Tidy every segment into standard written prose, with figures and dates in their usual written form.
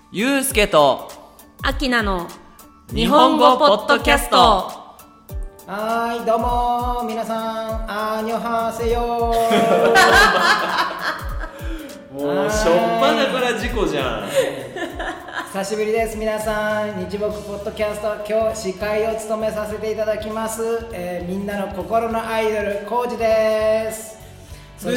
ゆうすけとあきなの日本語ポッドキャスト。 はい、どうも皆さん、アーニョハーセヨーもうしょっぱなから事故じゃん。 久しぶりです。皆さん、日木ポッドキャスト、今日司会を務めさせていただきます、みんなの心のアイドル、コウジです。そ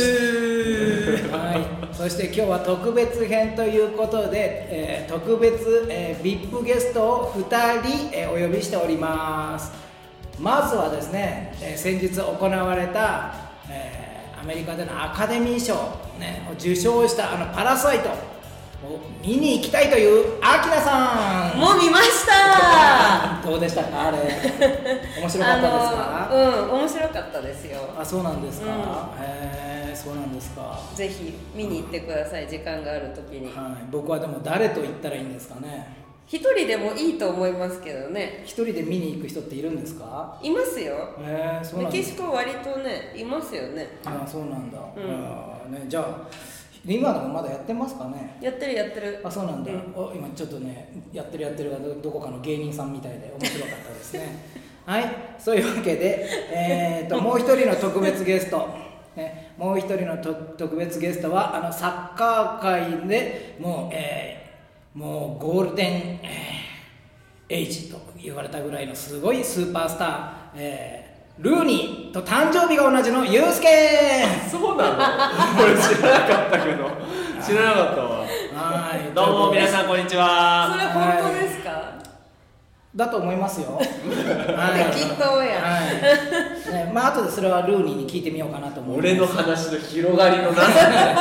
して今日は特別編ということで、特別、VIP ゲストを2人、お呼びしております。まずはですね、先日行われた、アメリカでのアカデミー賞、ね、を受賞したパラサイトを見に行きたいというアキナさん。 もう見ましたどうでしたか、あれ面白かったですか？ 面白かったですよ。 あ、そうなんですか、そうなんですか。 ぜひ見に行ってください、時間があるときに。 はい、僕はでも誰と行ったらいいんですかね。 一人でもいいと思いますけどね。 一人で見に行く人っているんですか？ いますよ。 そうなんですか。 メキシコ割とね、いますよね。 あ、そうなんだ、ね、じゃあ今でもまだやってますかね？ やってる。 あ、そうなんだ、今ちょっとね、やってるが どこかの芸人さんみたいで面白かったですねはい、そういうわけで、もう一人の特別ゲスト、もう一人の特別ゲストはサッカー界でもうゴールデン、エイジと言われたぐらいのすごいスーパースター、ルーニーと誕生日が同じのユースケそうなの？これ知らなかったけど知らなかったわ。はい、どうも皆さんこんにちは。 それ本当ですか？ だと思いますよ適当や、 ね、まあ後でそれはルーニーに聞いてみようかなと思う。 俺の話の広がりのなさ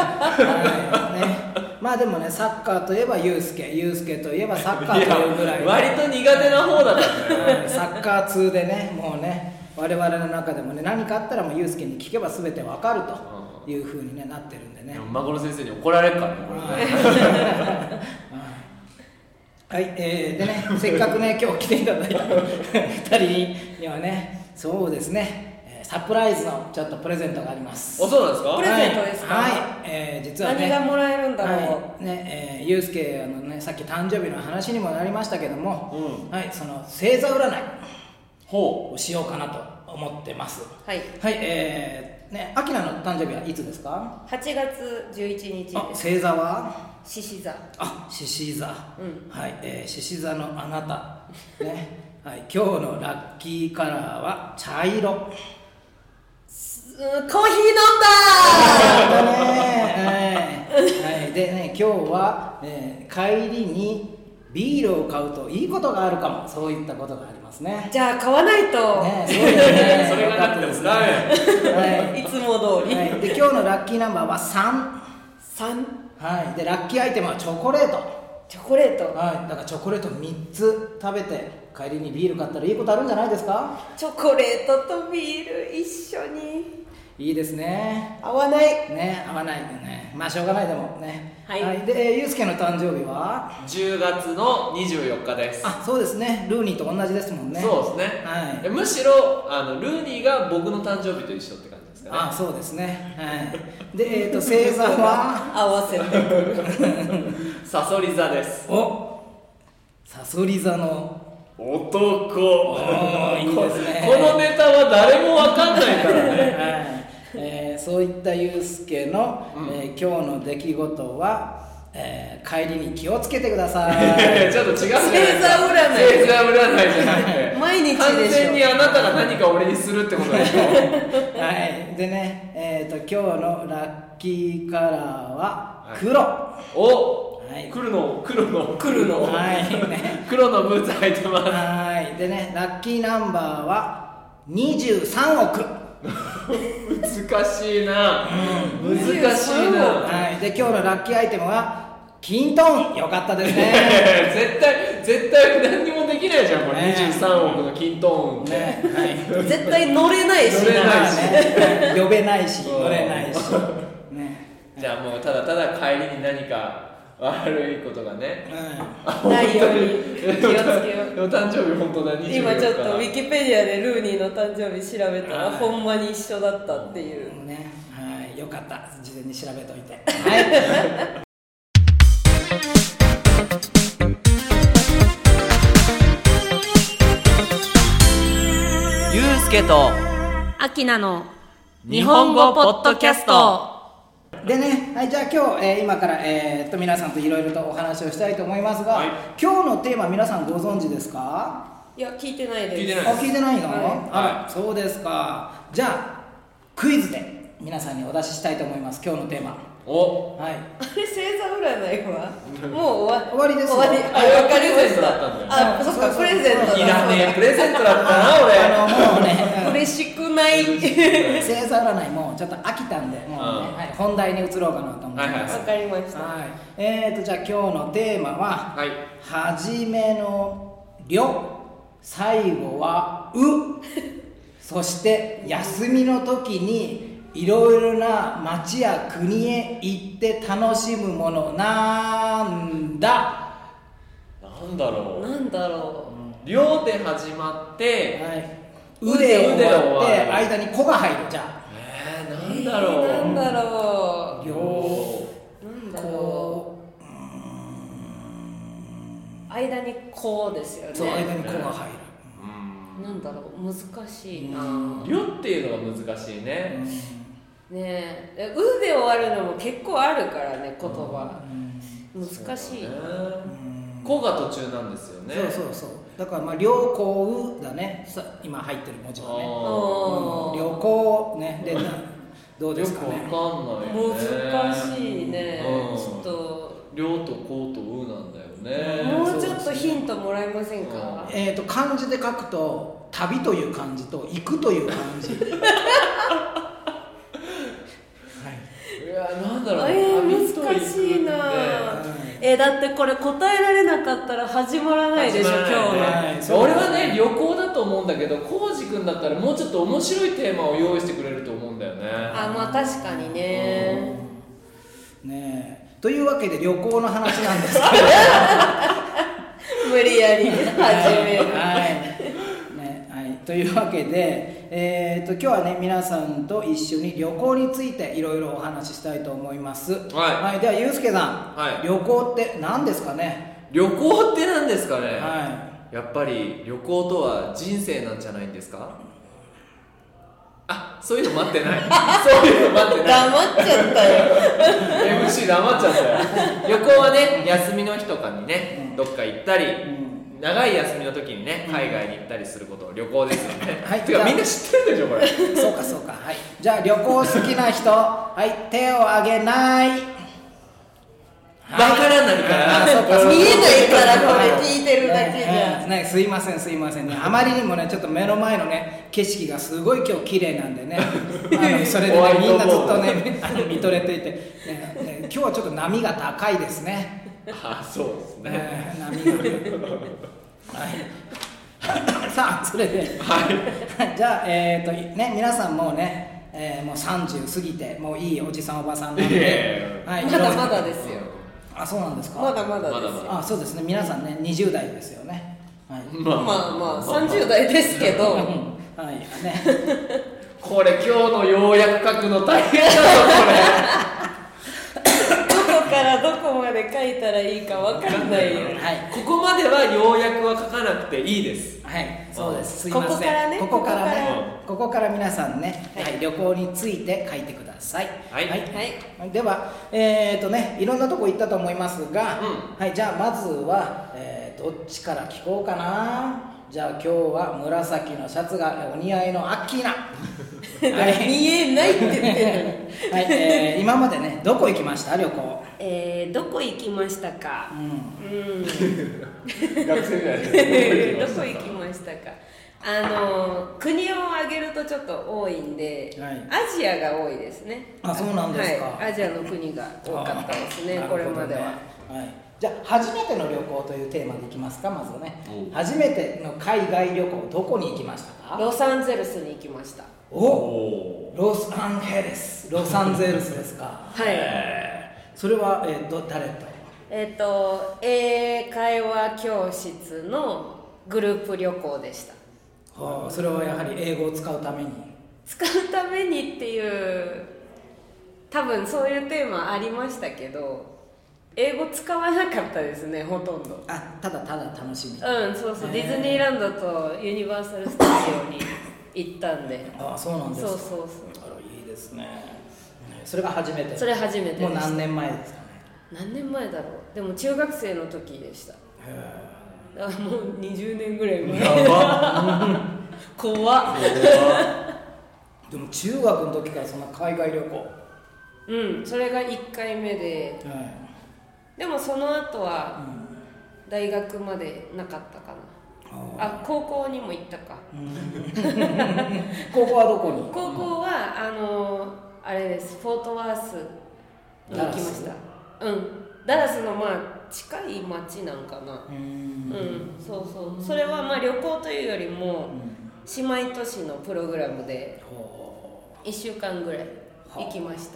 まあでもね、サッカーといえばユースケといえばサッカーというぐらい、 割と苦手な方だったねサッカー通でね、もうね、我々の中でもね、何かあったらもうユースケに聞けば全てわかるというふうに、ね、なってるんでね。 でも孫の先生に怒られるからねはい、でね、せっかくね今日来ていただいた2人にはね、そうですね、サプライズのちょっとプレゼントがあります。 そうなんですか？ プレゼントですか？ はい、実はね、 何がもらえるんだろう、 はいね、ゆうすけね、さっき誕生日の話にもなりましたけども、はい、その星座占いをしようかなと思ってます。はい、はい、ね、アキナの誕生日はいつですか ？8月11日です。 星座は獅子座。 獅子座、はい、獅子座のあなた、ねはい、今日のラッキーカラーは茶色。 コーヒー飲んだはい、でね、今日は、帰りにビールを買うといいことがあるかも、そういったことがありますね。 じゃあ買わないと、 ね、そうですねそれがなくてもダメいつも通り、 で今日のラッキーナンバーは3、はい、でラッキーアイテムはチョコレート、はい、だからチョコレート3つ食べて帰りにビール買ったらいいことあるんじゃないですか？ チョコレートとビール一緒にいいですね。 合わないね、合わないね。まあしょうがないでもね。はい。で、ゆうすけの誕生日は 10月の24日です。 あ、そうですね。ルーニーと同じですもんね。 そうですね。はい。むしろルーニーが僕の誕生日と一緒って感じですかね。 あ、そうですね。はい。で、星座は合わせてくる。 さそり座です。 さそり座の男。 いいですね。 このネタは誰もわかんないからね。 はい。そういったゆうすけの、今日の出来事は、帰りに気をつけてください。 ちょっと違うじゃない星座占いじゃなくて毎日でしょ。 完全にあなたが何か俺にするってことでしょはいでね、今日のラッキーカラーは黒、 はい、来るのはいね、 黒のブーツ履いてます。 はいでね、ラッキーナンバーは23億難しいな、難しいな。 はいで、今日のラッキーアイテムはキントン。よかったですね絶対何にもできないじゃんこれ、23億のキントンって、 はい、絶対乗れないし、 呼べないし乗れないし、 じゃあもうただただ帰りに何か悪いことがね、 ないように気をつけよう。 お誕生日本当だ、 今ちょっとウィキペディアでルーニーの誕生日調べたらほんまに一緒だったっていうね。はい、よかった、事前に調べといて。はいすけとアキナの日本語ポッドキャストでね、はい、じゃあ今日、今から、皆さんといろいろとお話をしたいと思いますが、今日のテーマ皆さんご存知ですか？ いや聞いてないです。 聞いてないの？ はい、 そうですか。じゃあクイズで皆さんにお出ししたいと思います。今日のテーマ。はい。 あれ星座占いはもう終わりです。 終わり。わかりました。そっかプレゼントだ。 いらねえプレゼントだったな俺。 もうね嬉しくない。 星座占いもちょっと飽きたんで、もうね、はい、本題に移ろうかなと思います。 わかりました。 はい。じゃあ今日のテーマは、はじめのりょ、最後はう、そして休みの時にいろいろな町や国へ行って楽しむものなんだ。 なんだろう。 りょで始まって、 うで終わって間にこが入る。じゃあなんだろう。 なんだろう。 りょ間にこですよね。 そう、間にこが入る。 なんだろう、難しいな。 りょっていうのが難しいね。 ねえ、うで終わるのも結構あるからね、言葉。難しいな。 こが途中なんですよね。 そう。だからまあ良好だね。今入ってる文字はね。良好ね。でどうですかね。 よくわかんないよね。 難しいね。ちょっと良とこうとうなんだよね。 もうちょっとヒントもらえませんか？ 漢字で書くと旅という漢字と行くという漢字。 いやなんだろう。 難しいな。だってこれ答えられなかったら始まらないでしょ、今日の。 俺はね旅行だと思うんだけど、コウジ君だったらもうちょっと面白いテーマを用意してくれると思うんだよね。 まあ確かにね。 ねえ、というわけで旅行の話なんですけど。 無理やり始める。 というわけで、今日はね皆さんと一緒に旅行についていろいろお話ししたいと思います。ではゆうすけさん、旅行って何ですかね？ 旅行って何ですかね？やっぱり旅行とは人生なんじゃないんですか？そういうの待ってない。そういうの待ってない。 黙っちゃったよ。 MC 黙っちゃったよ。旅行はね休みの日とかにねどっか行ったり、長い休みの時にね海外に行ったりすることを旅行ですよね。てかみんな知ってるでしょこれ。 そうか。じゃあ旅行好きな人、手を挙げない。 わからないから。 見えないからこれ聞いてるだけじゃ。 すいませんね。あまりにもねちょっと目の前のね景色がすごい今日綺麗なんでね。それでねみんなずっとね見とれていて、今日はちょっと波が高いですね。 そうですね。 波がさあそれで、じゃあ皆さんもうね、もう30過ぎてもういいおじさんおばさんなんで、 まだまだですよ。 そうなんですか？ まだまだですよ。 そうですね。皆さんね20代ですよね。 まあ30代ですけど。 これ今日の要約書くの大変だぞこれ。 どこからどこまで書いたらいいか分かんないよ。 ここまでは要約は書かなくていいです。 そうです。すいません。ここから皆さんね、旅行について書いてください。では、いろんなとこ行ったと思いますが、じゃあまずは、どっちから聞こうかな。じゃあ今日は紫のシャツがお似合いのアッキーナ。 見えないって言ってる。今までねどこ行きました旅行？ どこ行きましたか？ 学生みたいな。どこ行きましたか？国を挙げるとちょっと多いんで、アジアが多いですね。 そうなんですか。 アジアの国が多かったですね、これまでは。 じゃあ初めての旅行というテーマでいきますか。まずね初めての海外旅行どこに行きましたか？ ロサンゼルスに行きました。 ロサンゼルスですか？それは、誰と？ 英会話教室のグループ旅行でした。 それはやはり英語を使うためにっていう多分そういうテーマありましたけど、英語使わなかったですね、ほとんど。 ただ楽しみ。 そうディズニーランドとユニバーサルスタジオに行ったんで。 ああ、そうなんですか。 そうそうそう。 あら、いいですね。それが初めて。 それ初めてでした。 もう何年前ですかね。 何年前だろう。でも中学生の時でした。だからもう20年ぐらい前。怖っ。 でも中学の時からそんな海外旅行。 うん、それが1回目で、はい、でもその後は大学までなかったかな、あ、高校にも行ったか、 高校はどこに？ 高校はあれです、フォートワースに行きました。うん、ダラスのまあ近い町なんかな。うん、そうそう、それはまあ旅行というよりも姉妹都市のプログラムで1週間ぐらい行きました。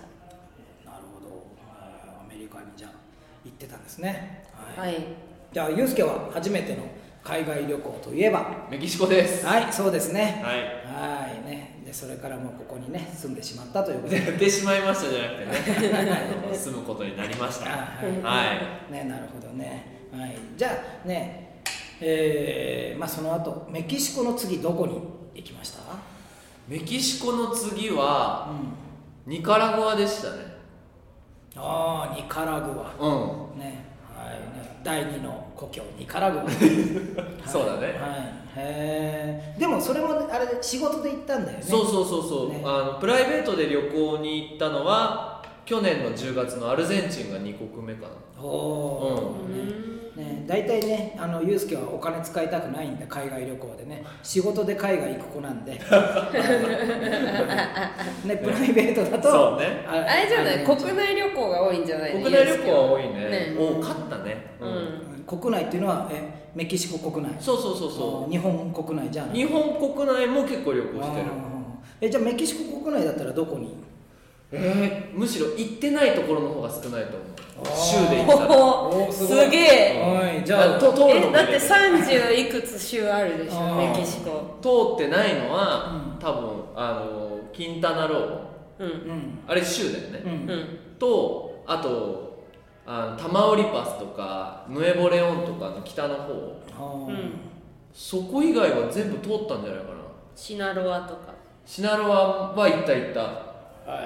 じゃあ行ってたんですね。 はい。 じゃあユースケは初めての海外旅行といえばメキシコです。 はい、そうですね。 はい。 はいね。でそれからもうここにね住んでしまったということで。 やってしまいましたじゃなくてね。住むことになりました。はい。 ね、なるほどね。はい。じゃあね、まあその後メキシコの次どこに行きました？ メキシコの次は、ニカラグアでしたね。 ああ、ニカラグア、ね、はいね、第二の故郷ニカラグア、はい、 そうだね、はい、 へえ。でもそれもあれで仕事で行ったんだよね。 そう、ね、プライベートで旅行に行ったのは去年の10月のアルゼンチンが2国目かな。 おー、ね、大体ね、ユースケはお金使いたくないんで、海外旅行でね、仕事で海外行く子なんでね、プライベートだとそうね、 あれじゃない、国内旅行が多いんじゃない？ 国内旅行は多いね、多かったね、 国内っていうのはメキシコ国内？ そう日本国内じゃん。 日本国内も結構旅行してる。 じゃあメキシコ国内だったらどこに？ むしろ行ってないところの方が少ないと思う。州で行ったらすげえ。 じゃあだって30いくつ州あるでしょ、メキシコ。 通ってないのは、多分キンタナロー、あれ州だよね、とあとタマウリパスとかヌエボレオンとかの北の方、そこ以外は全部通ったんじゃないかな。 シナロアとか。 シナロアは行った。はい。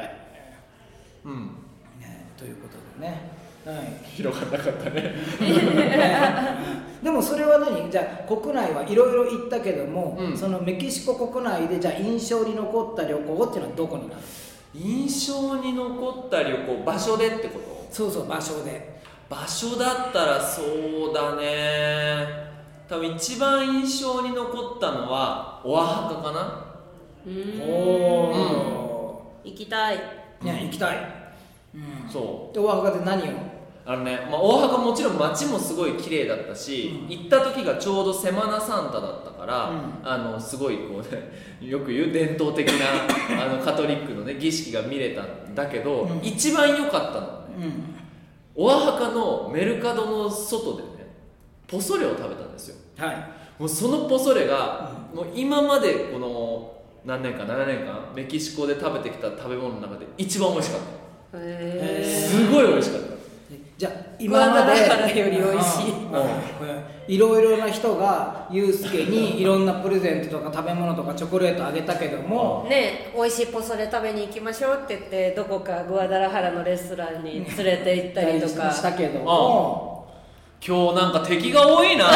ということでね、はい、 広がらなかったね。 でもそれは何？じゃあ国内はいろいろ行ったけども、そのメキシコ国内でじゃあ印象に残った旅行っていうのはどこになる？ 印象に残った旅行、場所でってこと？ そう、場所で。 場所だったらそうだね、多分一番印象に残ったのはオアハカかな。 行きたい。 行きたい。 そうでオアハカで何を？ オアハカもちろん街もすごい綺麗だったし、行った時がちょうどセマナサンタだったから、すごいこうね、よく言う伝統的なカトリックのね儀式が見れたんだけど、一番良かったのはね、オアハカのメルカドの外でねポソレを食べたんですよ。はい。もうそのポソレが、もう今までこの何年か7年間メキシコで食べてきた食べ物の中で一番美味しかった。すごい美味しかった。 じゃあ今までより美味しい。いろいろな人がユースケにいろんなプレゼントとか食べ物とかチョコレートあげたけどもね、美味しいポソレ食べに行きましょうって言ってどこかグアダラハラのレストランに連れて行ったりとかしたけども、 今日なんか敵が多いな。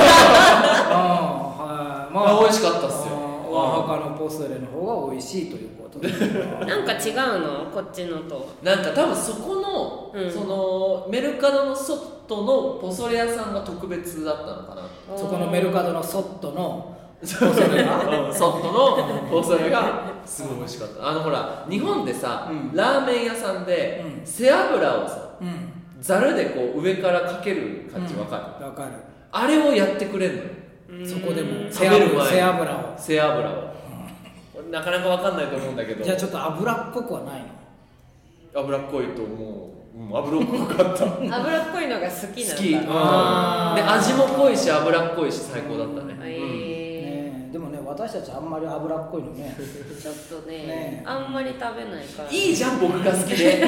美味しかったっすよ。 オアハカのポソレの方が美味しいということで。 なんか違うの？こっちのと。 なんか多分そこの、そのメルカドの外のポソレ屋さんが特別だったのかな。 そこのメルカドの外のポソレが外のポソレがすごい美味しかった。ほら日本でさ、ラーメン屋さんで背脂をさ、ざるでこう上からかける感じわかる？ わかる。 あれをやってくれるのよ。 そこでも食べる前背脂をなかなかわかんないと思うんだけど。 じゃあちょっと脂っこくはないの？ 脂っこいと思う。脂っこかった。 脂っこいのが好きなんだ。 好き。で味も濃いし脂っこいし最高だったね。 でもね、私たちあんまり脂っこいのねちょっとねあんまり食べないから。 いいじゃん僕が好きで。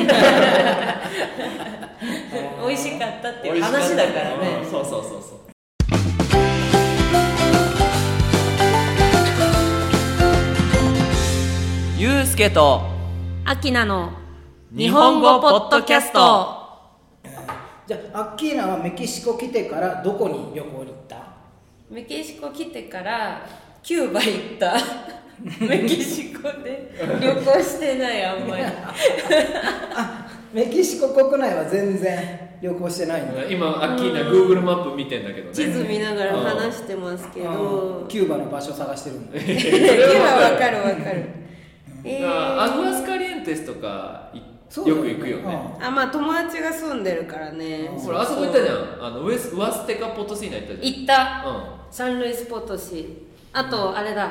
美味しかったっていう話だからね。 そう。 ゆうすけとアキナの日本語ポッドキャスト。 じゃあアッキーナはメキシコ来てからどこに旅行に行った？ メキシコ来てからキューバ行ったメキシコで旅行してないあんまりメキシコ国内は全然旅行してないんだ。 今アッキーナ Google マップ見てんだけどね、 地図見ながら話してますけど、 キューバの場所探してるんだ。 キューバわかるわかるアグアスカリエンテスとかよく行くよね。 まあ友達が住んでるからね。 ほらあそこ行ったじゃん、ウエステカポトシーナ行ったじゃん。 行った、サンルイスポトシ、あとあれだ、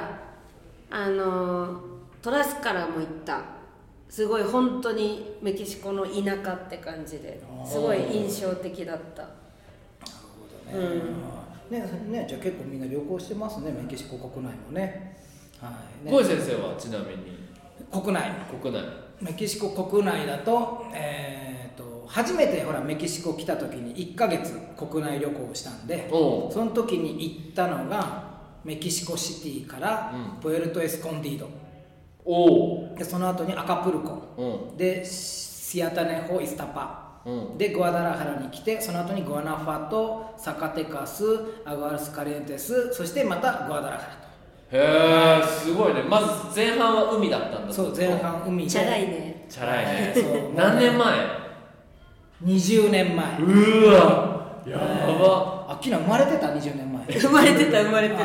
トラスカラも行った。すごい本当にメキシコの田舎って感じですごい印象的だった。なるほどね。ね、じゃあ結構みんな旅行してますね、メキシコ国内もね。はいね。 ゴイ先生はちなみに国内メキシコ国内だと、初めてほらメキシコ来た時に1ヶ月国内旅行をしたんで、その時に行ったのがメキシコシティからプエルトエスコンディード、でその後にアカプルコ、でシアタネホイスタパ、でグアダラハラに来て、その後にグアナファト、サカテカス、アグアスカリエンテス、そしてまたグアダラハラと。 へえ、すごいね。まず前半は海だったんだ。 そう、前半海で。 チャラいね。 チャラいね。何年前 ？20年前。 うわ、やば。 アッキーナ生まれてた20年前。 生まれてた。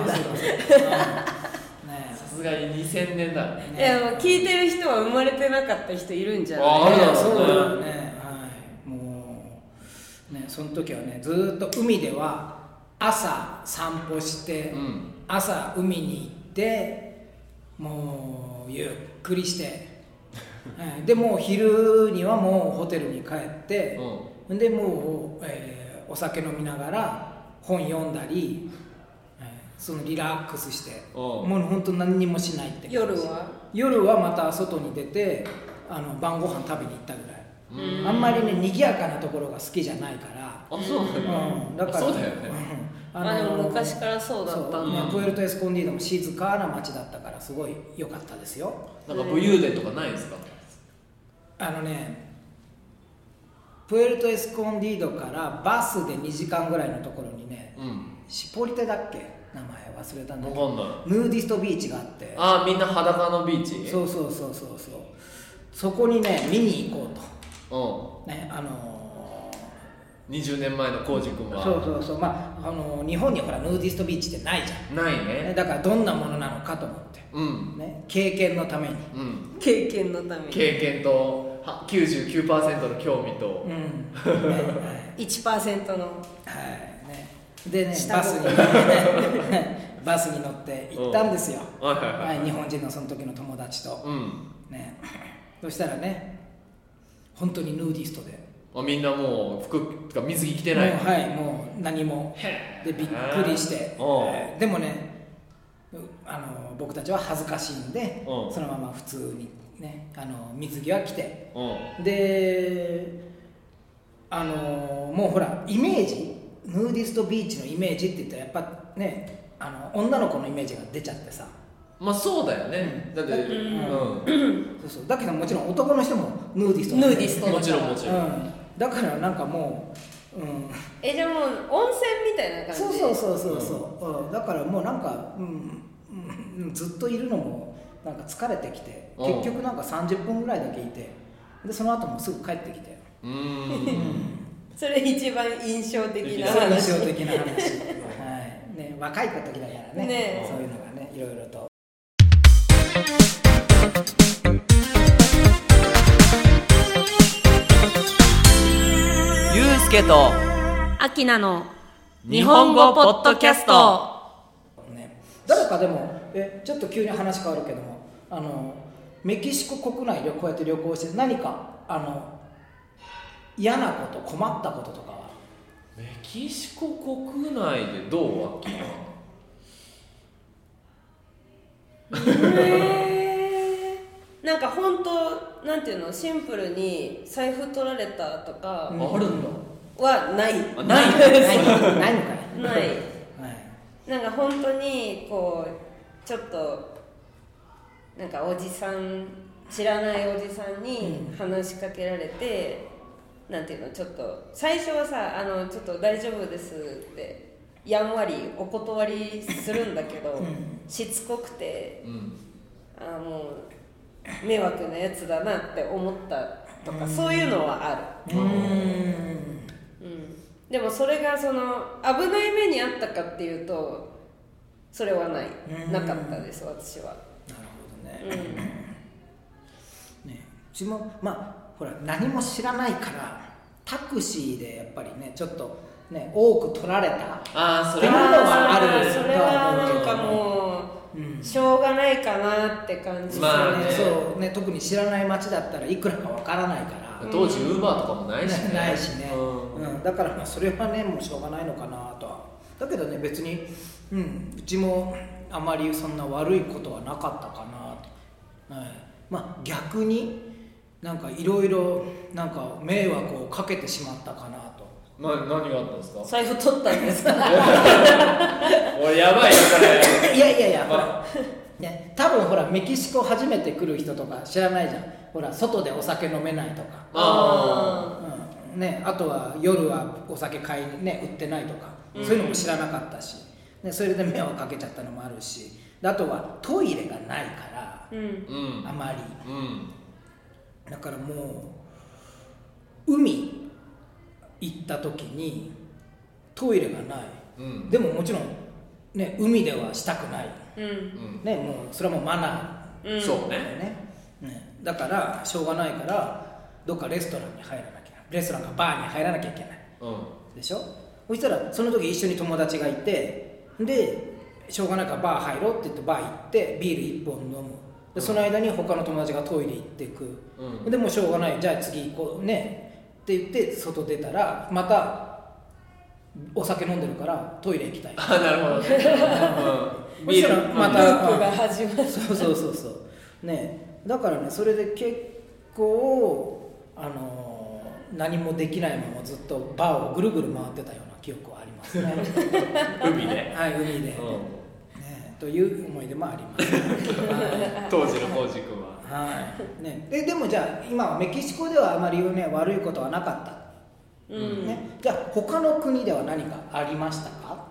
さすがに2000年だ。 いや、もう聞いてる人は生まれてなかった人いるんじゃない？ そうだよね。はい。もうね、その時はね、ずっと海では朝散歩して、朝海に行って、もうゆっくりして、でもう昼にはもうホテルに帰って、でもう、お酒飲みながら本読んだり。そのリラックスして、もう本当何にもしないって感じ。夜はまた外に出て晩ご飯食べに行ったぐらい。あんまりね賑やかなところが好きじゃないから。 だからそうだよね。 でも昔からそうだったんだ。 プエルトエスコンディードも静かな街だったからすごい良かったですよ。 なんか武勇伝とかないですか？ プエルトエスコンディードからバスで2時間ぐらいのところにね、シポリテだっけ、名前忘れたんだけど、ヌーディストビーチがあって、 みんな裸のビーチ。 そうそこにね見に行こうと、ね、 20年前のコウジ君はそうまあ日本にほらヌーディストビーチってないじゃん。 ないね。 だからどんなものなのかと思って、ね、経験のために、 経験のために、 経験と99% の興味と、 1% のでね、バスに乗って行ったんですよ。日本人のその時の友達と、そしたらね、本当にヌーディストで、 みんなもう服とか水着着てない。 もう何もでびっくりして、でもね、僕たちは恥ずかしいんで、そのまま普通にね、水着は着て、でもうほらイメージ、ヌーディストビーチのイメージって言ったらやっぱね、女の子のイメージが出ちゃってさ。 まあそうだよね。だってそうだけどもちろん男の人もヌーディスト、 もちろんだからなんかもう、 じゃあもう温泉みたいな感じ。 そうだからもうなんか、ずっといるのもなんか疲れてきて、結局なんか30分ぐらいだけいて、でその後もすぐ帰ってきて、 それ一番印象的な話。 ね、若い時だからね、そういうのがね、いろいろと。 ゆうすけとアキナの日本語ポッドキャスト。 誰かでもちょっと急に話変わるけども、メキシコ国内でこうやって旅行して何か嫌なこと、困ったこととかは？ メキシコ国内でどう？アキなんか本当なんていうの、シンプルに財布取られたとかあるんだはない。 ないのかい？ ない。なんか本当にこうちょっとなんかおじさん知らないおじさんに話しかけられて、なんていうの、ちょっと最初はさちょっと大丈夫ですってやんわりお断りするんだけど、しつこくて、もう迷惑なやつだなって思ったとか、そういうのはある。でもそれがその危ない目にあったかっていうとそれはなかったです私は。 なるほどね。ね、うちもほら何も知らないからタクシーでやっぱりねちょっとね多く取られたそれはある。 それはなんかもう、しょうがないかなって感じですね。 そうね、特に知らない街だったらいくらかわからないから、 当時ウーバーとかもないしね。 ないしね。だからそれはねもうしょうがないのかなとは。だけどね別に、うちもあまりそんな悪いことはなかったかなと。逆になんかいろいろなんか迷惑をかけてしまったかなと。 何があったんですか？ 財布取ったんですか？ 俺やばいよこれ。 いやほら、ね、多分ほらメキシコ初めて来る人とか知らないじゃん。ほら外でお酒飲めないとか、あとは夜はお酒買いにね売ってないとか、そういうのも知らなかったし、それで迷惑かけちゃったのもあるし、あとはトイレがないから、あまり、だからもう海行った時にトイレがない、でももちろんね海ではしたくない、ね、もうそれはもうマナー、 そうね、 だからしょうがないからどっかレストランに入らなきゃ、レストランかバーに入らなきゃいけない、でしょ。そしたらその時一緒に友達がいて、でしょうがないからバー入ろうって言ってバー行ってビール1本飲む。でその間に他の友達がトイレ行ってく、でもうしょうがない、じゃあ次行こうねって言って外出たらまたお酒飲んでるからトイレ行きたい。 なるほどね。 そしたらまたループが始まる。 そうね、だからねそれで結構何もできないままずっとバーをぐるぐる回ってたような記憶はありますね。 海で。 はい、海で、という思い出もあります、 当時のコウジ君は。 はいね、でもじゃあ今はメキシコではあまりね悪いことはなかった、ね、じゃあ他の国では何かありましたか？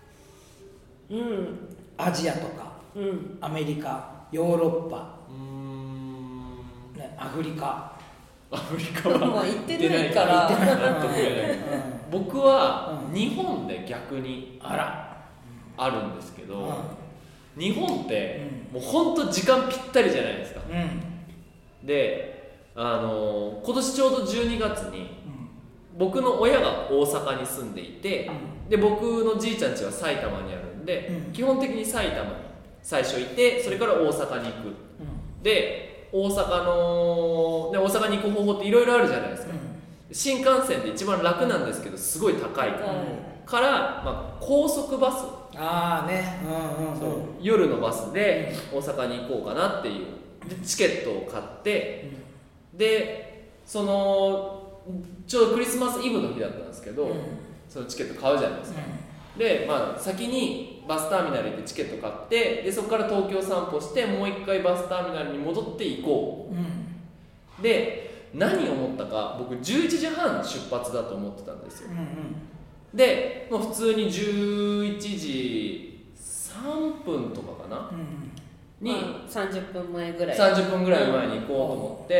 アジアとか、アメリカ、ヨーロッパ、アフリカは行ってないから僕は日本で逆にあるんですけど、日本ってもうほんと時間ぴったりじゃないですか、で今年ちょうど12月に僕の親が大阪に住んでいて、で僕のじいちゃん家は埼玉にあるんで、基本的に埼玉に最初いて、それから大阪に行く、で大阪に行く方法っていろいろあるじゃないですか、新幹線で一番楽なんですけどすごい高いから、高速バス、夜のバスで大阪に行こうかなっていうでチケットを買って、でちょうどクリスマスイブの日だったんですけど、そのチケット買うじゃないですか、で、先にバスターミナル行ってチケット買って、でそこから東京散歩してもう一回バスターミナルに戻って行こう、で何を思ったか、僕11時半出発だと思ってたんですよ、でもう普通に11時3分とかかな、に 30分前ぐらい 30分ぐらい前に行こうと思って、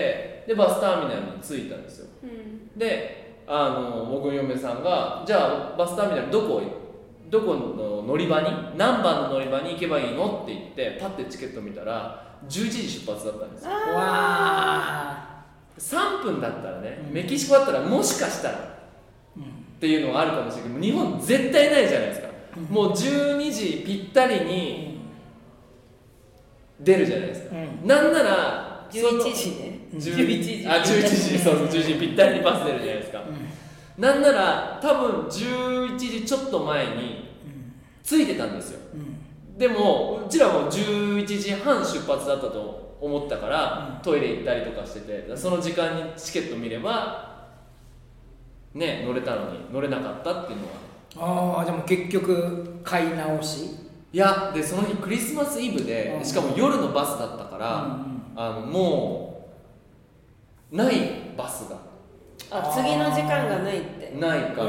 でバスターミナルに着いたんですよ、で僕の嫁さんがじゃあバスターミナルどこの乗り場に何番の乗り場に行けばいいのって言ってパッてチケット見たら11時出発だったんですよ。3分だったらね、メキシコだったらもしかしたらっていうのはあるかもしれないけど、日本絶対ないじゃないですか、もう12時ぴったりに出るじゃないですか、なんなら 11時ね、 11時そう11時ぴったりにバス出るじゃないですか、なんなら多分11時ちょっと前に着いてたんですよ、でもうちらも11時半出発だったと思ったから、トイレ行ったりとかしてて、その時間にチケット見ればね乗れたのに乗れなかったっていうのは。 じゃあもう結局買い直しいやでその日クリスマスイブで、しかも夜のバスだったから、もうないバスが次の時間がないってないから、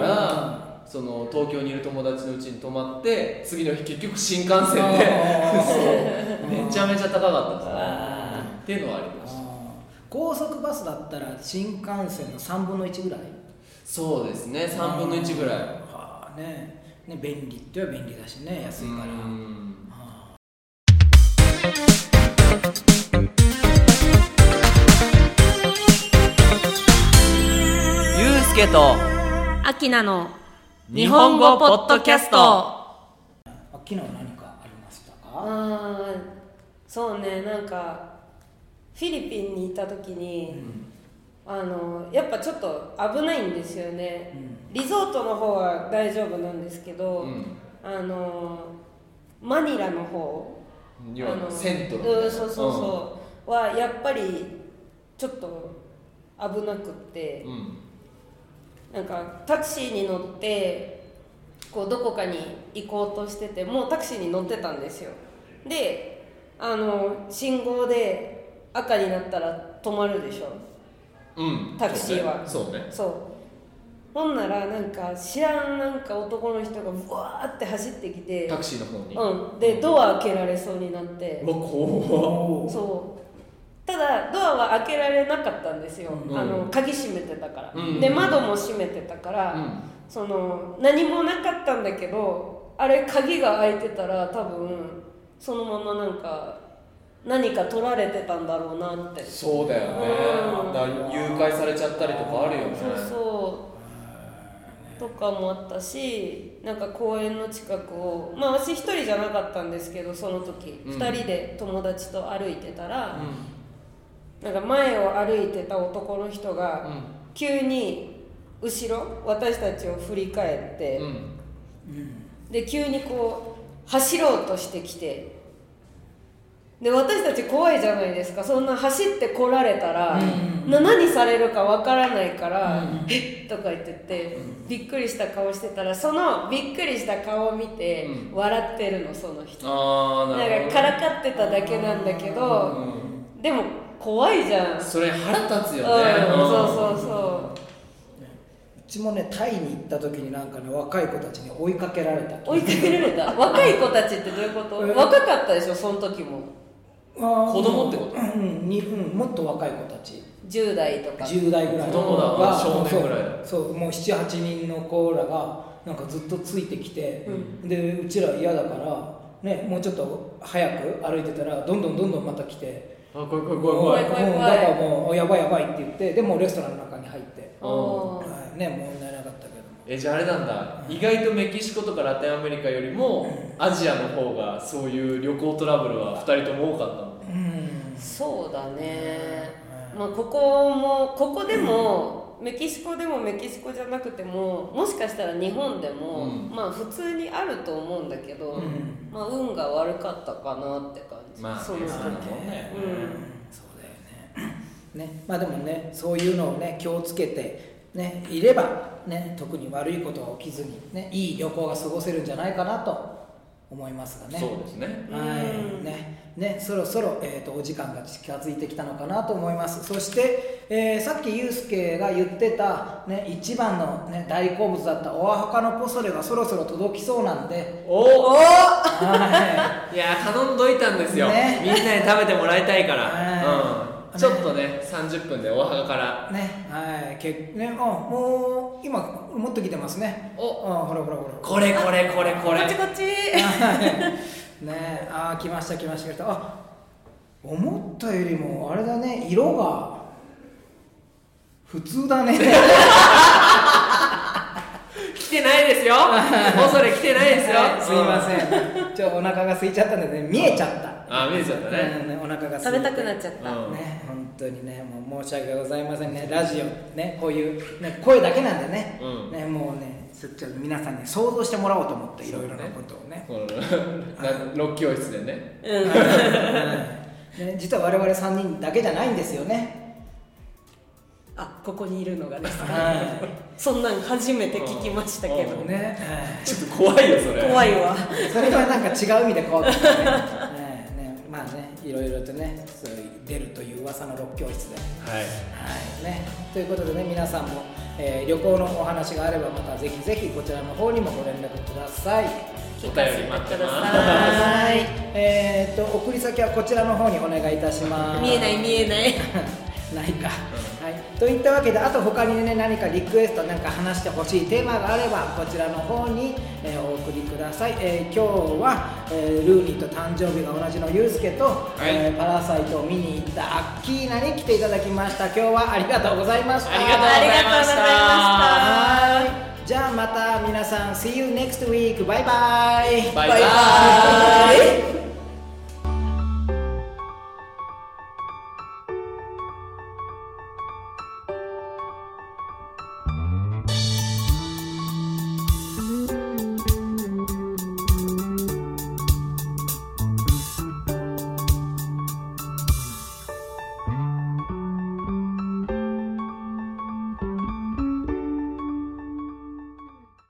その東京にいる友達のうちに泊まって次の日結局新幹線でめちゃめちゃ高かったですっていうのはありました。 高速バスだったら新幹線の3分の1ぐらい。 そうですね、3分の1ぐらい。 ね、便利っては便利だしね、安いから。 ゆうすけとアキナの日本語ポッドキャスト。 アキナは何かありましたか？ そうね、なんかフィリピンにいた時に、やっぱちょっと危ないんですよね、リゾートの方は大丈夫なんですけど、マニラの方、 セントル、 そうはやっぱりちょっと危なくって、なんかタクシーに乗ってこうどこかに行こうとしてて、もうタクシーに乗ってたんですよ。で信号で赤になったら止まるでしょ、タクシーは。 そうね。 ほんならなんか知らんなんか男の人がうわーって走ってきて、 タクシーの方に、 でドア開けられそうになって、ただドアは開けられなかったんですよ、鍵閉めてたから、で窓も閉めてたから、その何もなかったんだけど、あれ鍵が開いてたら多分そのままなんか何か取られてたんだろうなって。 そうだよね、誘拐されちゃったりとかあるよね。 とかもあったし、なんか公園の近くを、私一人じゃなかったんですけど、その時二人で友達と歩いてたら、なんか前を歩いてた男の人が急に後ろ私たちを振り返って、で急にこう走ろうとしてきて、で私たち怖いじゃないですか、そんな走って来られたら、何されるかわからないから「えっ?」とか言ってて、びっくりした顔してたら、そのびっくりした顔を見て笑ってるの、その人。なんかからかってただけなんだけど、でも怖いじゃん、 それ腹立つよね。 うちもね、タイに行った時になんかね、若い子たちに追いかけられた。 若い子たちってどういうこと？若かったでしょ、その時も。 子供ってこと？ もっと若い子たち、 10代とか 10代ぐらいの子供だ、少年ぐらいだ。 もう 7,8 人の子らがなんかずっとついてきて、でうちら嫌だからね、もうちょっと早く歩いてたらどんどんまた来て、 怖いだからもうやばいって言って、でもレストランの中に入って、問題なかったけど。 じゃああれなんだ、意外とメキシコとかラテンアメリカよりもアジアの方がそういう旅行トラブルは2人とも多かったの。 そうだね、ここでもメキシコでもメキシコじゃなくても、もしかしたら日本でも、普通にあると思うんだけど、運が悪かったかなって感じ。その時そうだよね。でもね、そういうのをね気をつけてねいればね、特に悪いことが起きずにね、いい旅行が過ごせるんじゃないかなと思いますがね。 そうですね。 そろそろ、お時間が近づいてきたのかなと思います。そして、さっきユうスケが言ってた、一番の、大好物だったオアハカのポソレがそろそろ届きそうなんで、 いや頼んどいたんですよ、みんなに食べてもらいたいから、ちょっとね30分でオアハカからもう今持ってきてますね。ほらこれこっち来ました。思ったよりもあれだね、色が普通だね。 来てないですよ。恐れ来てないですよ。 すいません。お腹が空いちゃったんでね、見えちゃった。 見えちゃったね。 お腹が食べたくなっちゃった。 本当にね、もう申し訳ございませんね。ラジオね、こういう声だけなんでね、もうね、ちょっと皆さんに想像してもらおうと思って、いろいろなことをね。 6教室でね。 実は我々3人だけじゃないんですよね。 ここにいるのがですね。 そんなん初めて聞きましたけどね、 ちょっと怖いよそれ。 怖いわ。 それはなんか違う意味で怖くてねまあね、いろいろとねそういう出るという噂の6教室で、はいね、ということでね、皆さんも、旅行のお話があればまたぜひぜひこちらの方にもご連絡ください。 お便り待ってます。 はい、送り先はこちらの方にお願いいたします。 見えないないか、はい、といったわけで、あと他にね何かリクエスト、なんか話してほしいテーマがあればこちらの方に、お送りください。今日は、ルーニーと誕生日が同じのユうスケと、パラサイトを見に行ったアッキーナに来ていただきました。今日はありがとうございました。 ありがとうございました。 はい、じゃあまた皆さん See you next week. バイバイ。 バイバイ。